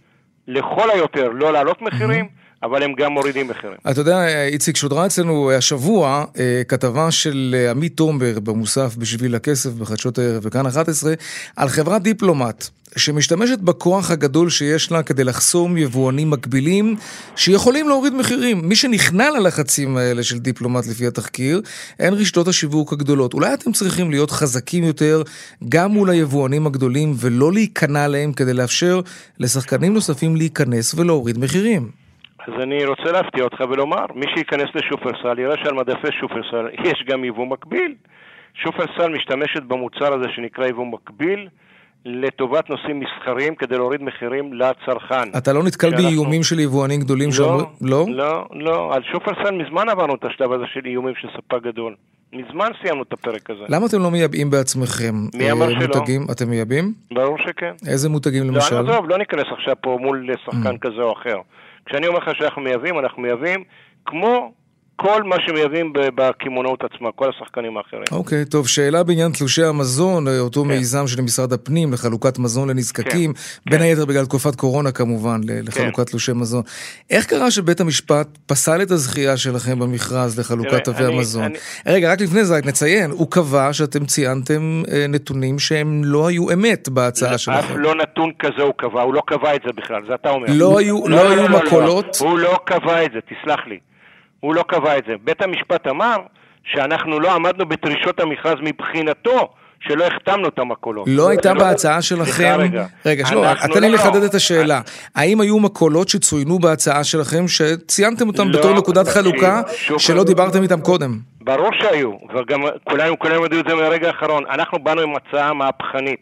לכל היותר לא לעלות מחירים, אבל הם גם מורידים מחירים. אתה יודע, איציק, שודרה אצלנו השבוע כתבה של עמית תומבר במוסף בשביל הכסף בחדשות הערב וכאן אחת עשרה, על חברת דיפלומט, שמשתמשת בכוח הגדול שיש לה כדי לחסום יבואנים מקבילים שיכולים להוריד מחירים. מי שנכנע ללחצים האלה של דיפלומט לפי התחקיר, הן רשתות השיווק הגדולות. אולי אתם צריכים להיות חזקים יותר גם מול היבואנים הגדולים ולא להיכנע להם כדי לאפשר לשחקנים נוספים להיכנס ולהוריד מחירים. אז אני רוצה להפתיע אותך ולומר, מי שייכנס לשופרסל יראה שעל מדפי שופרסל יש גם יבוא מקביל. שופרסל משתמשת במוצר הזה שנקרא יבוא מקביל, לטובת נושאים מסחריים כדי להוריד מחירים לצרכן. אתה לא נתקל שאנחנו... באיומים של יבואנים גדולים? לא, שאומר... לא, לא, לא. על שופרסל מזמן עברנו את השלב הזה של איומים של ספק גדול. מזמן סיימנו את הפרק הזה. למה אתם לא מייבאים בעצמכם? מי אמר שלא? מותגים? אתם מייבאים? ברור שכן. איזה מותגים למשל? לא, לא, לא ניכנס עכשיו פה מול שחקן mm. כזה או אחר. כשאני אומר לך שאנחנו מייבאים, אנחנו מייבאים כמו כל מה שמייבאים בכימונאות עצמה, כל השחקנים האחרים. אוקיי, טוב, שאלה בעניין תלושי המזון, אותו מיזם של משרד הפנים לחלוקת מזון לנזקקים, בין היתר בגלל תקופת קורונה כמובן, לחלוקת תלושי מזון. איך קרה שבית המשפט פסל את הזכייה שלכם במכרז לחלוקת תווי המזון? רגע, רק לפני זה, רק נציין, הוא קבע שאתם ציינתם נתונים שהם לא היו אמת בהצעה שלכם. אף לא נתון כזה הוא קבע, הוא לא קבע את זה בכלל, זה אתה אומר. לא היו מקולות? הוא לא קבע את זה, תסלח לי. הוא לא קבע את זה. בית המשפט אמר שאנחנו לא עמדנו בדרישות המכרז מבחינתו, שלא החתמנו את המקולות. לא הייתה בהצעה שלכם... רגע, רגע, שלא, תן לי לחדד את השאלה. האם היו מקולות שצוינו בהצעה שלכם, שציינתם אותם בתור נקודת חלוקה, שלא דיברתם איתם קודם? ברור שהיו, וגם כולנו, כולנו יודעים את זה מהרגע האחרון. אנחנו באנו עם הצעה מהפכנית.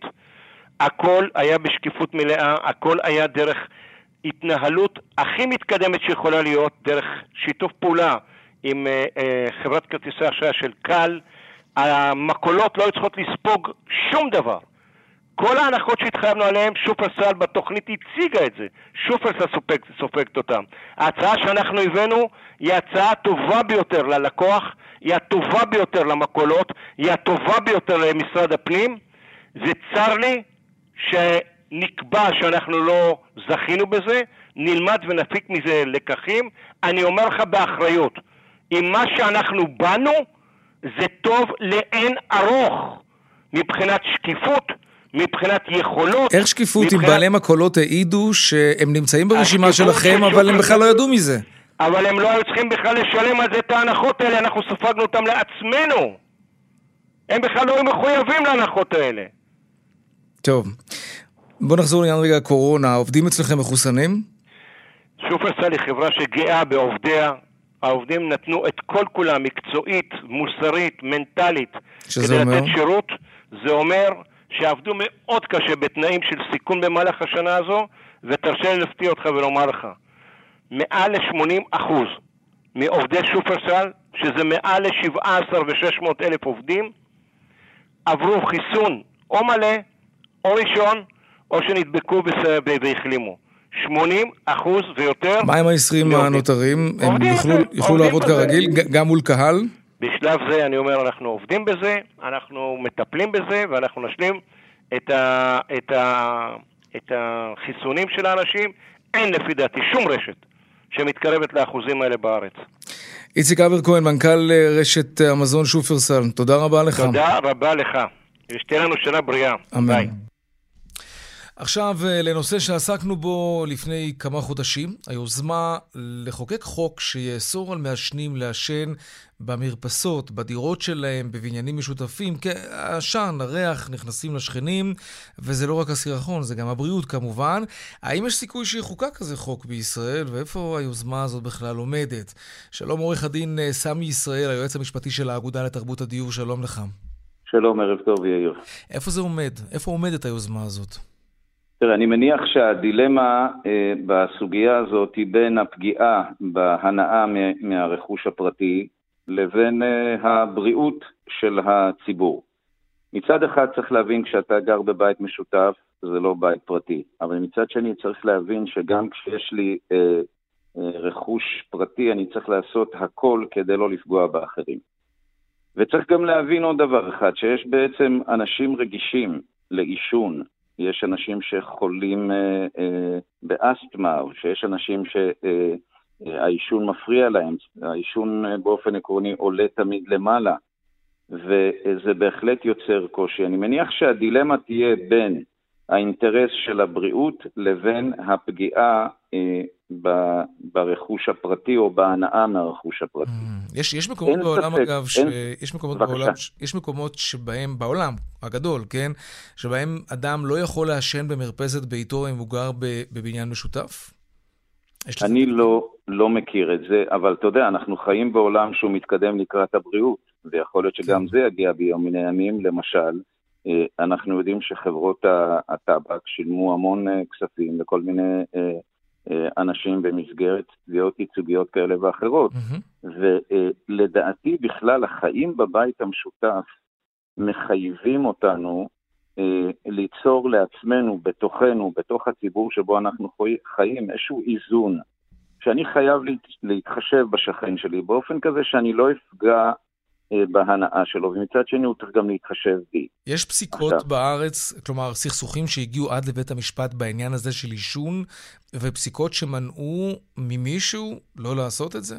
הכל היה בשקיפות מלאה, הכל היה דרך... התנהלות הכי מתקדמת שיכולה להיות דרך שיתוף פעולה עם אה, אה, חברת כרטיסי אשראי של קל. המקולות לא צריכות לספוג שום דבר. כל ההנחות שהתחייבנו עליהן, שופרסל בתוכנית הציגה את זה. שופרסל סופגת, סופגת אותם. ההצעה שאנחנו הבאנו היא הצעה טובה ביותר ללקוח, היא הטובה ביותר למקולות, היא הטובה ביותר למשרד הפנים. זה צר לי ש... נקבע שאנחנו לא זכינו בזה, נלמד ונפיק מזה לקחים. אני אומר לך באחריות, אם מה שאנחנו באנו זה טוב לאין ארוך, מבחינת שקיפות, מבחינת יכולות. איך שקיפות מבחינת... אם בעלי מקולות העידו שהם נמצאים ברשימה שלכם, אבל הם בכלל לא ידעו מזה? אבל הם לא היו צריכים בכלל לשלם על זה את ההנחות האלה, אנחנו ספגנו אותם לעצמנו. הם בכלל לא היו מחויבים להנחות האלה. טוב. בוא נחזור לעניין רגע הקורונה. העובדים אצלכם מחוסנים? שופרסל היא חברה שגאה בעובדיה. העובדים נתנו את כל כולם, מקצועית, מוסרית, מנטלית, כדי אומר? לתת שירות. זה אומר שעבדו מאוד קשה בתנאים של סיכון במהלך השנה הזו, ותרשה לי להפתיע אותך ולומר לך, מעל ל-שמונים אחוז מעובדי שופרסל, שזה מעל ל-שבעה עשר ושש מאות אלף עובדים, עברו חיסון או מלא או ראשון, או שנדבקו והחלימו. שמונים אחוז ויותר. מה עם ה-עשרים הנותרים? הם יוכלו לעבוד כרגיל, גם מול קהל? בשלב זה אני אומר, אנחנו עובדים בזה, אנחנו מטפלים בזה, ואנחנו נשלים את, ה, את, ה, את החיסונים של האנשים. אין לפי דעתי שום רשת שמתקרבת לאחוזים האלה בארץ. איציק אבר כהן, מנכ"ל רשת המזון שופרסל, תודה רבה לך. תודה רבה לך. ושתהיה לנו שנה בריאה. אמן. ביי. עכשיו לנושא שעסקנו בו לפני כמה חודשים, היוזמה לחוקק חוק שיאסור על מעשנים לעשן במרפסות, בדירות שלהם, בבניינים משותפים, כי העשן, הריח נכנסים לשכנים, וזה לא רק הסירחון, זה גם הבריאות כמובן. האם יש סיכוי שיחוקק כזה חוק בישראל, ואיפה היוזמה הזאת בכלל עומדת? שלום עורך הדין סמי ישראל, היועץ המשפטי של האגודה לתרבות הדיור, שלום לך. שלום, ערב טוב יאיר. איפה זה עומד? איפה עומדת היוזמה הזאת? תראה, אני מניח שהדילמה אה, בסוגיה הזאת היא בין הפגיעה בהנאה מהרכוש הפרטי לבין אה, הבריאות של הציבור. מצד אחד צריך להבין כשאתה גר בבית משותף, זה לא בית פרטי. אבל מצד שני צריך להבין שגם כשיש לי אה, אה, רכוש פרטי, אני צריך לעשות הכל כדי לא לפגוע באחרים. וצריך גם להבין עוד דבר אחד, שיש בעצם אנשים רגישים לעישון, יש אנשים שחולים אה, אה, באסטמה, או שיש אנשים שהעישון אה, מפריע להם, העישון אה, באופן עקרוני עולה תמיד למעלה, וזה בהחלט יוצר קושי. אני מניח שהדילמה תהיה בין האינטרס של הבריאות לבין הפגיעה אה, ברכוש הפרטי או בהנאה מהרכוש הפרטי. יש, יש מקומות בעולם, אגב, ש... יש מקומות בעולם, יש מקומות שבהם, בעולם הגדול, כן, שבהם אדם לא יכול לעשן במרפסת ביתו אם הוא גר בבניין משותף? אני לא, לא מכיר את זה, אבל אתה יודע, אנחנו חיים בעולם שהוא מתקדם לקראת הבריאות, ויכול להיות שגם זה יגיע ביום מן הימים. למשל, אנחנו יודעים שחברות הטבק שילמו המון כספים לכל מיני אנשים במסגרת תביעות ייצוגיות כאלה ואחרות. Mm-hmm. ולדעתי בכלל החיים בבית המשותף מחייבים אותנו ליצור לעצמנו, בתוכנו, בתוך הציבור שבו אנחנו חיים, איזשהו איזון, שאני חייב להתחשב בשכן שלי, באופן כזה שאני לא אפגע בהנאה שלו, ומצד שני הוא צריך גם להתחשב בי. יש פסיקות עכשיו בארץ, כלומר סכסוכים שהגיעו עד לבית המשפט בעניין הזה של עישון, ופסיקות שמנעו ממישהו לא לעשות את זה?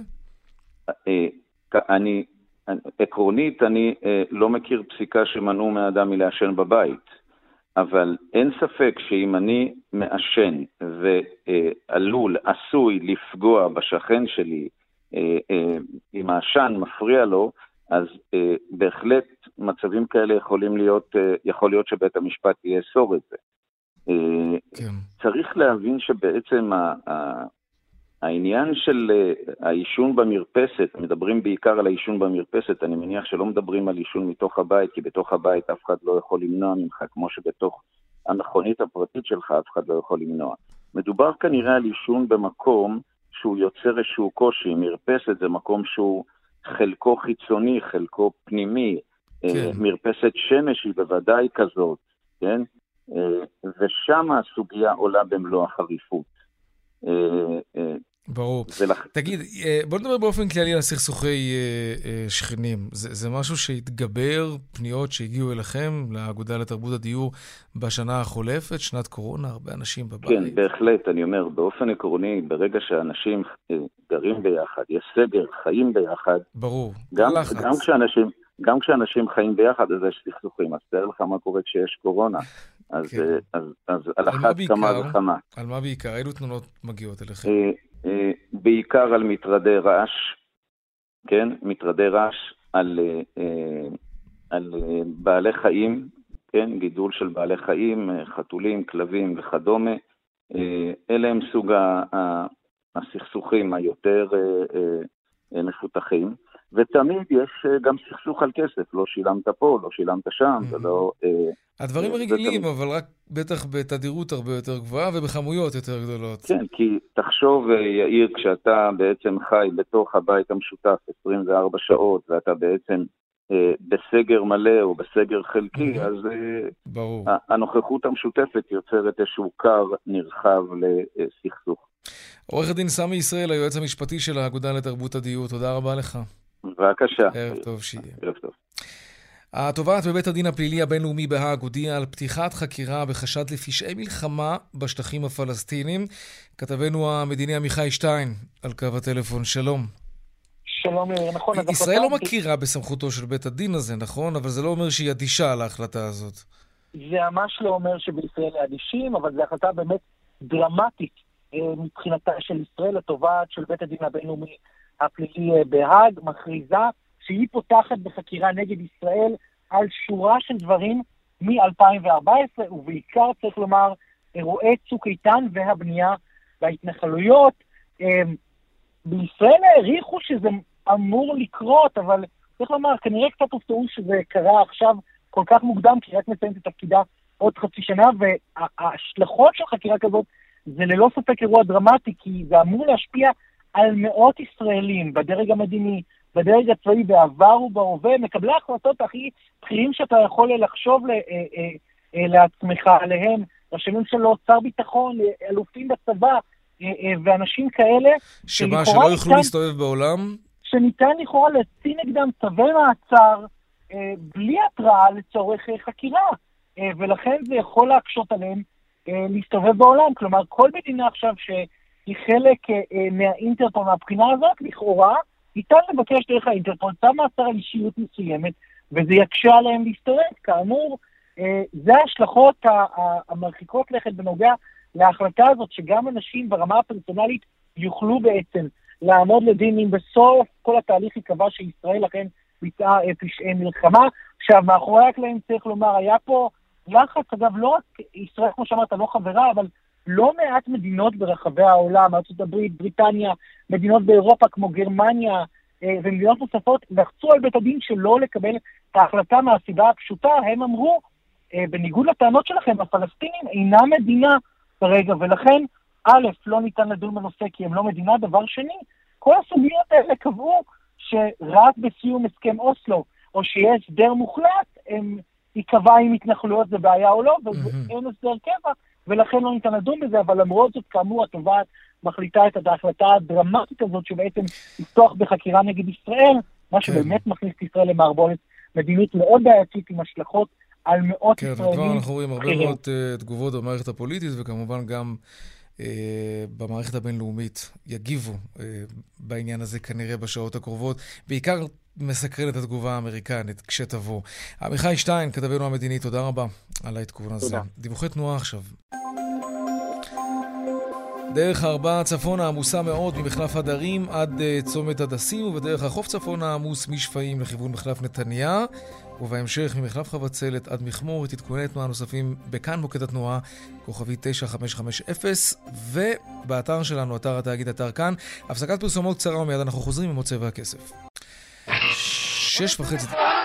אני, עקרונית, אני לא מכיר פסיקה שמנעו מהאדם מלעשן בבית, אבל אין ספק שאם אני מעשן ועלול, עשוי לפגוע בשכן שלי, אם העשן מפריע לו, אז אה, בהחלט מצבים כאלה יכולים להיות, אה, יכול להיות שבית המשפט יאסור את זה. אה, כן. צריך להבין שבעצם ה, ה, העניין של אה, העישון במרפסת, מדברים בעיקר על העישון במרפסת, אני מניח שלא מדברים על עישון מתוך הבית, כי בתוך הבית אף אחד לא יכול למנוע ממך, כמו שבתוך המכונית הפרטית שלך אף אחד לא יכול למנוע. מדובר כנראה על עישון במקום שהוא יוצר איזשהו קושי. מרפסת זה מקום שהוא חלקו חיצוני, חלקו פנימי, כן. מרפסת שמש היא בוודאי כזאת, כן? ושם הסוגיה עולה במלוא החריפות. ברור. ולכ... תגיד, בוא נדבר באופן כללי על סכסוכי שכנים. זה, זה משהו שהתגבר, פניות שהגיעו אליכם, לאגודה לתרבות הדיור בשנה החולפת, שנת קורונה, הרבה אנשים בבית. כן, בהחלט, אני אומר, באופן עקרוני, ברגע שאנשים גרים ביחד, יש סגר, חיים ביחד. ברור. גם, גם כשאנשים, גם כשאנשים חיים ביחד, אז יש סכסוכים. אז תאר לך מה קורה כשיש קורונה. אז, כן. אז, אז, אז על אחת כמה וכמה. על מה בעיקר? אילו תנונות מגיעות אליכם? בעיקר על מטרדי רעש, כן? מטרדי רעש על, על בעלי חיים, כן? גידול של בעלי חיים, חתולים, כלבים וכדומה. אלה הם סוג הסכסוכים היותר מפותחים. ותמיד יש גם סכסוך על כסף, לא שילמת פה, לא שילמת שם, ולא... הדברים רגילים, אבל רק בטח בתדירות הרבה יותר גבוהה ובחמויות יותר גדולות. כן, כי תחשוב, יאיר, כשאתה בעצם חי בתוך הבית המשותף עשרים וארבע שעות, ואתה בעצם בסגר מלא או בסגר חלקי, אז הנוכחות המשותפת יוצרת איזשהו קר נרחב לסכסוך. עורך הדין סמי ישראל, היועץ המשפטי של האגודה לתרבות הדיור, תודה רבה לך. בבקשה. ערב טוב שיהיה. ערב טוב. התובעת בבית הדין הפלילי הבינלאומי בהאג הודיעה על פתיחת חקירה בחשד לפשעי מלחמה בשטחים הפלסטינים. כתבנו המדיני עמיחי שטיין על קו הטלפון. שלום. שלום, נכון. ישראל לא מכירה בסמכותו של בית הדין הזה, נכון? אבל זה לא אומר שהיא אדישה על ההחלטה הזאת. זה ממש לא אומר שבישראל אדישים, אבל זו החלטה באמת דרמטית מבחינתה של ישראל. התובעת של בית הדין הבינלאומי הפלילי בהאג מכריזה שהיא פותחת בחקירה נגד ישראל על שורה של דברים מ-אלפיים וארבע עשרה, ובעיקר צריך לומר אירועי צוק איתן והבנייה בהתנחלויות. בישראל העריכו שזה אמור לקרות, אבל צריך לומר, כנראה קצת הופתעו שזה קרה עכשיו כל כך מוקדם, כי רק מסיימת את תפקידה עוד חצי שנה, וההשלכות של חקירה כזאת זה ללא ספק אירוע דרמטי, כי זה אמור להשפיע על מאות ישראלים בדרג המדיני, בדרג הצבאי בעבר ובהווה, מקבלי ההחלטות הכי בכירים שאתה יכול לחשוב לעצמך עליהם, ראשי ממשלות, שר ביטחון, אלופים בצבא, ואנשים כאלה. שמה, שלא יוכלו להסתובב בעולם? שניתן לכאורה להוציא נגדם צווי מעצר, בלי התראה לצורך חקירה. ולכן זה יכול להקשות עליהם להסתובב בעולם. כלומר, כל מדינה עכשיו שהיא חלק מהאינטרפול, מהבחינה הזאת, לכאורה, ניתן לבקש דרך האינטרפול, צו מעצר על אישיות מסוימת, וזה יקשה עליהם להסתובב. כאמור, זה ההשלכות המרחיקות לכת בנוגע להחלטה הזאת, שגם אנשים ברמה הפרסונלית יוכלו בעצם לעמוד לדין אם בסוף כל התהליך יקבע שישראל לכן ביצעה פשעי מלחמה. עכשיו, מאחורי הקלעים צריך לומר, היה פה לחץ, אגב, לא רק ישראל, כמו שאמרת, לא חברה, אבל לא מעט מדינות ברחבי העולם, ארצות הברית, בריטניה, מדינות באירופה כמו גרמניה ומדינות נוספות, לחצו על בית הדין שלא לקבל את ההחלטה מהסיבה הפשוטה. הם אמרו, בניגוד לטענות שלכם, הפלסטינים אינם מדינה כרגע, ולכן, א', לא ניתן לדון בנושא כי הם לא מדינה. דבר שני, כל הסוגיות האלה קבעו שרק בסיום הסכם אוסלו, או שיהיה הסדר מוחלט, הם יקבע אם התנחלויות זה בעיה או לא, ואין הסדר קבע, ולכן לא ניתן לדון בזה. אבל למרות זאת, כאמור, התובעת מחליטה את ההחלטה הדרמטית הזאת, שבעצם לפתוח בחקירה נגד ישראל, מה שבאמת מכניס את ישראל למערבולת מדינית מאוד בעייתית עם השלכות על מאות כן, ישראלים. כבר אנחנו רואים הרבה מאוד uh, תגובות במערכת הפוליטית, וכמובן גם uh, במערכת הבינלאומית יגיבו uh, בעניין הזה כנראה בשעות הקרובות. בעיקר מסקרן את התגובה האמריקנית כשתבוא. עמיחי שטיין, כתבנו המדיני, תודה רבה על העדכון הזה. תודה. דיווחי תנועה עכשיו. דרך הארבעה צפונה עמוסה מאוד ממחלף הדרים עד uh, צומת הדסים, ובדרך החוף צפונה עמוס משפעים לכיוון מחלף נתניה, ובהמשך ממחלף חבצלת עד מכמור. עדכוני תנועה נוספים בכאן מוקד התנועה, כוכבי תשע חמש חמש אפס, ובאתר שלנו, אתר התאגיד, אתר כאן. הפסקת פרסומות קצרה ומיד אנחנו חוזרים עם עוד צבע הכסף. שש וחצי...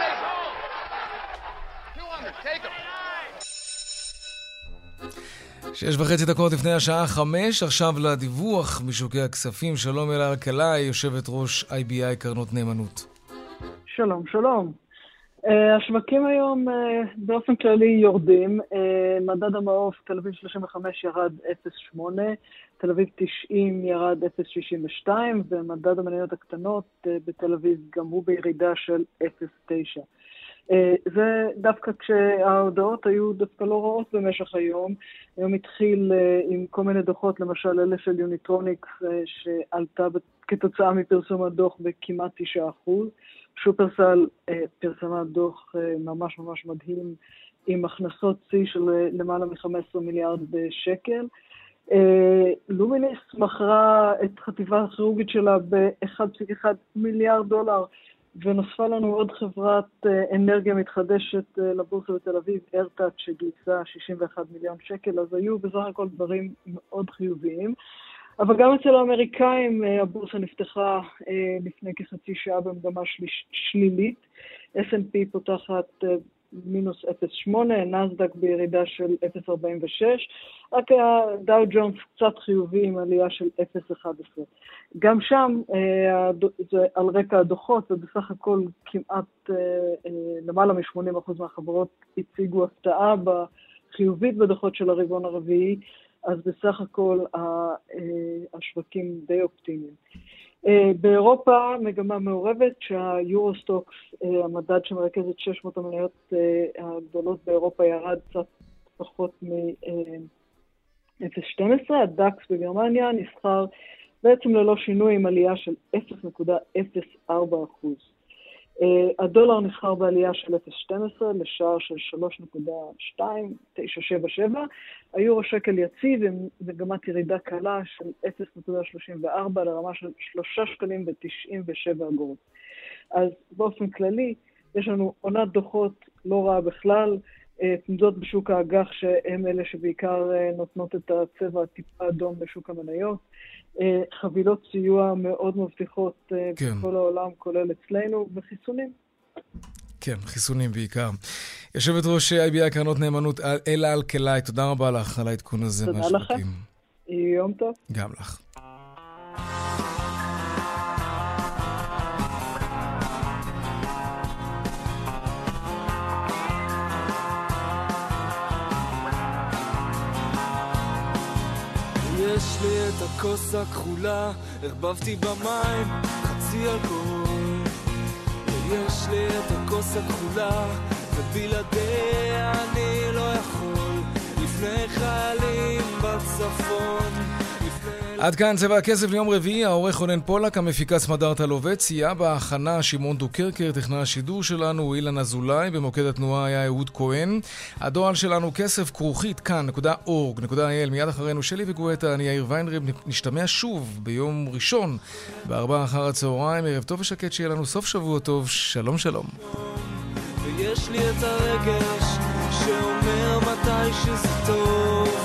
שש וחצי דקות לפני השעה חמש, עכשיו לדיווח משוקי הכספים. שלום אלה אלקלעי, יושבת ראש איי בי איי קרנות נאמנות. שלום, שלום. Uh, השווקים היום uh, באופן כללי יורדים. Uh, מדד המעוף, תל אביב שלושים וחמש ירד אפס נקודה שמונה, תל אביב תשעים ירד אפס נקודה שישים ושתיים, ומדד המניות הקטנות uh, בתל אביב גם הוא בירידה של אפס נקודה תשע. Uh, זה דווקא כשההודעות היו דווקא לא רעות במשך היום. היום התחיל uh, עם כל מיני דוחות, למשל אלה של יוניטרוניקס uh, שעלתה כתוצאה מפרסום הדוח בכמעט תשעה אחוז. שופרסל אה, פרסמה דוח אה, ממש ממש מדהים עם הכנסות צי של אה, למעלה מ-חמישה עשר מיליארד שקל. אה, לומינס מכרה את חטיבה הכירורגית שלה ב-אחד נקודה אחד מיליארד דולר, ונוספה לנו עוד חברת אה, אנרגיה מתחדשת אה, לבורסה בתל אביב, ארטאט, שגייסה שישים ואחד מיליון שקל, אז היו בסך הכל דברים מאוד חיוביים. אבל גם אצל האמריקאים הבורסה נפתחה אה, לפני כחצי שעה במגמה של... שלילית. אס אנד פי פותחת אה, מינוס אפס נקודה שמונה, נסדק בירידה של אפס נקודה ארבעים ושש, רק הדאו ג'ונס קצת חיובי עם עלייה של אפס נקודה אחת עשרה. גם שם, אה, זה על רקע הדוחות, ובסך הכל כמעט אה, אה, למעלה מ-שמונים אחוז מהחברות הציגו הפתעה בחיובית בדוחות של הרבעון הרביעי, אז בסך הכל השווקים די אופטימיים. באירופה מגמה מעורבת שהיורוסטוקס, המדד שמרכז את שש מאות המניות הגדולות באירופה, ירד קצת פחות מ-אפס נקודה שתים עשרה. הדאקס בגרמניה נסחר בעצם ללא שינוי עם עלייה של אפס נקודה אפס ארבע אחוז. הדולר נסחר בעלייה של אפס נקודה שתים עשרה לשער של שלוש נקודה שתיים תשע שבע שבע. היורו שקל יציב עם מגמת ירידה קלה של אפס נקודה שלושים וארבע לרמה של שלושה שקלים ותשעים ושבע אגורות. אז באופן כללי יש לנו עונת דוחות לא רעה בכלל, תנודות בשוק האג"ח שהם אלה שבעיקר נותנות את הצבע הטיפה אדום בשוק המניות. חבילות סיוע מאוד מבטיחות כן. בכל העולם, כולל אצלנו, וחיסונים. כן, חיסונים בעיקר. יושבת ראש איי בי איי קרנות נאמנות, אלה אלקלעי, תודה רבה לך על העדכון הזה. תודה לכם. יום טוב. גם לך. יש לי את הכוס הכחולה, הרבבתי במים, חצי אלכוהול. ויש לי את הכוס הכחולה, ובלעדיה אני לא יכול, לפני חיילים בצפון. עד כאן צבע הכסף ליום רביעי, העורך רונן פולק, המפיקה סמדארטה לובט, סייע בהכנה שמעון דוקרקר, טכנאי השידור שלנו אילן אזולאי, במוקד התנועה היה אהוד כהן. הדואל שלנו כסף כרוכית כאן נקודה אורג נקודה איי אל. מיד אחרינו שלי וגואטה, אני יאיר ויינרב. נשתמע שוב ביום ראשון בארבע אחר הצהריים. ערב טוב ושקט, שיהיה לנו סוף שבוע טוב. שלום שלום. ויש לי את הרגש שאומר מתי שזה טוב,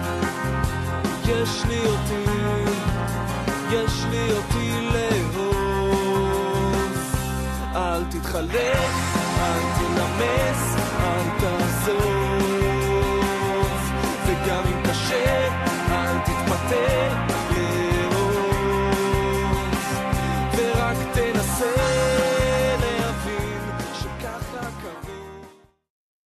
יש לי אותי, יש לי אותי לאהוב. אל תתחלק, אל תנמס, אל תעזוב, וגם אם